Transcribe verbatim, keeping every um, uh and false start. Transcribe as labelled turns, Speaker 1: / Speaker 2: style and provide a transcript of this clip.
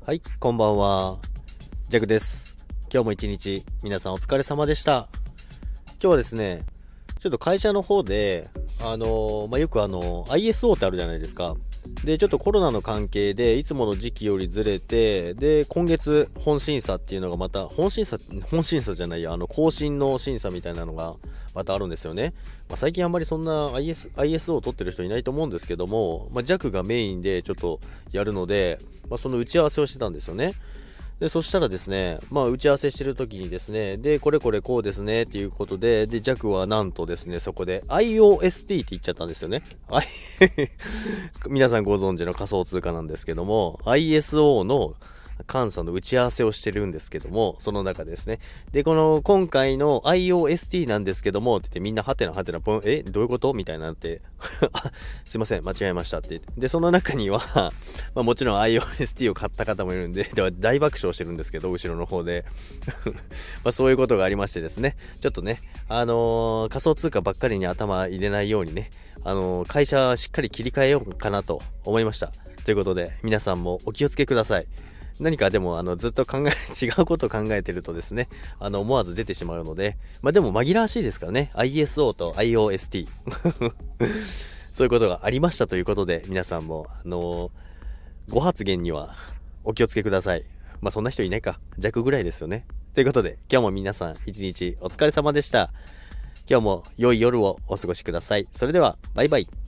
Speaker 1: はい、こんばんは。ジャクです。今日も一日皆さんお疲れ様でした。今日はですね、ちょっと会社の方で、あのー、まあ、よくあの、アイエスオー ってあるじゃないですか。で、ちょっとコロナの関係で、いつもの時期よりずれて、で、今月、本審査っていうのがまた、本審査、本審査じゃないや、あの、更新の審査みたいなのが、またあるんですよね。まあ、最近あんまりそんな アイエス、アイエスオー を取ってる人いないと思うんですけども、まあ、ジャク がメインでちょっとやるので、まあ、その打ち合わせをしてたんですよね。で、そしたらですね、まあ、打ち合わせしてる時にですね、で、これこれこうですね、っていうことで、で、ジャク はなんとですね、そこで アイオーエスティー って言っちゃったんですよね。皆さんご存知の仮想通貨なんですけども、アイエスオー の監査の打ち合わせをしてるんですけども、その中でですね。で、この今回の アイオーエスティー なんですけども、って言ってみんなハテナハテナポン、え、どういうことみたいになって、あ、すいません、間違えましたって言って。で、その中には、まあもちろん アイオーエスティー を買った方もいるんで、では大爆笑してるんですけど、後ろの方で。まあそういうことがありましてですね、ちょっとね、あのー、仮想通貨ばっかりに頭入れないようにね、あのー、会社しっかり切り替えようかなと思いました。ということで、皆さんもお気をつけください。何かでもあのずっと考え、違うことを考えてるとですね、あの思わず出てしまうので、まあでも紛らわしいですからね、アイエスオー と アイオーエスティー。そういうことがありましたということで、皆さんも、あのー、ご発言にはお気をつけください。まあそんな人いないか。弱ぐらいですよね。ということで、今日も皆さん一日お疲れ様でした。今日も良い夜をお過ごしください。それでは、バイバイ。